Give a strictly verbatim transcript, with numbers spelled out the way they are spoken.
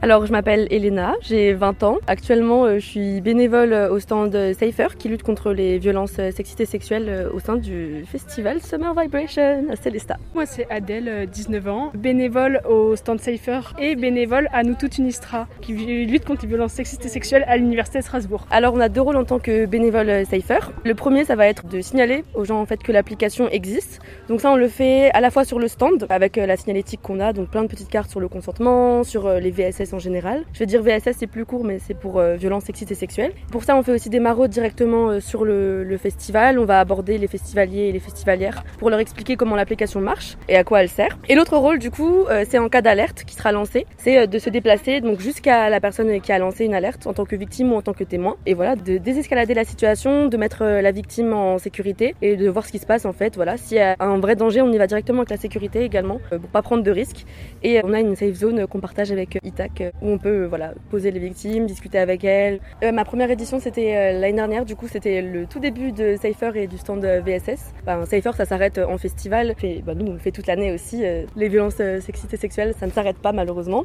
Alors, je m'appelle Elena, j'ai vingt ans. Actuellement, euh, je suis bénévole au stand Safer qui lutte contre les violences sexistes et sexuelles au sein du festival Summer Vibration à Célestat. Moi, c'est Adèle, dix-neuf ans, bénévole au stand Safer et bénévole à Nous Toutes Unistra qui lutte contre les violences sexistes et sexuelles à l'université de Strasbourg. Alors, on a deux rôles en tant que bénévole Safer. Le premier, ça va être de signaler aux gens en fait que l'application existe. Donc ça, on le fait à la fois sur le stand avec la signalétique qu'on a, donc plein de petites cartes sur le consentement, sur les V S S en général. Je vais dire V S S, c'est plus court, mais c'est pour euh, violences sexistes et sexuelles. Pour ça, on fait aussi des maraudes directement euh, sur le, le festival. On va aborder les festivaliers et les festivalières pour leur expliquer comment l'application marche et à quoi elle sert. Et l'autre rôle, du coup, euh, c'est en cas d'alerte qui sera lancé, c'est euh, de se déplacer donc jusqu'à la personne qui a lancé une alerte en tant que victime ou en tant que témoin. Et voilà, de désescalader la situation, de mettre euh, la victime en sécurité et de voir ce qui se passe en fait. Voilà, s'il y a un vrai danger, on y va directement avec la sécurité également euh, pour pas prendre de risques. Et euh, on a une safe zone qu'on partage avec euh, I T A C où on peut voilà, poser les victimes, discuter avec elles. Euh, ma première édition, c'était euh, l'année dernière, du coup, c'était le tout début de Safer et du stand V S S. Enfin, Safer, ça s'arrête en festival. Et, bah, nous, on le fait toute l'année aussi. Euh, les violences euh, sexistes et sexuelles, ça ne s'arrête pas malheureusement.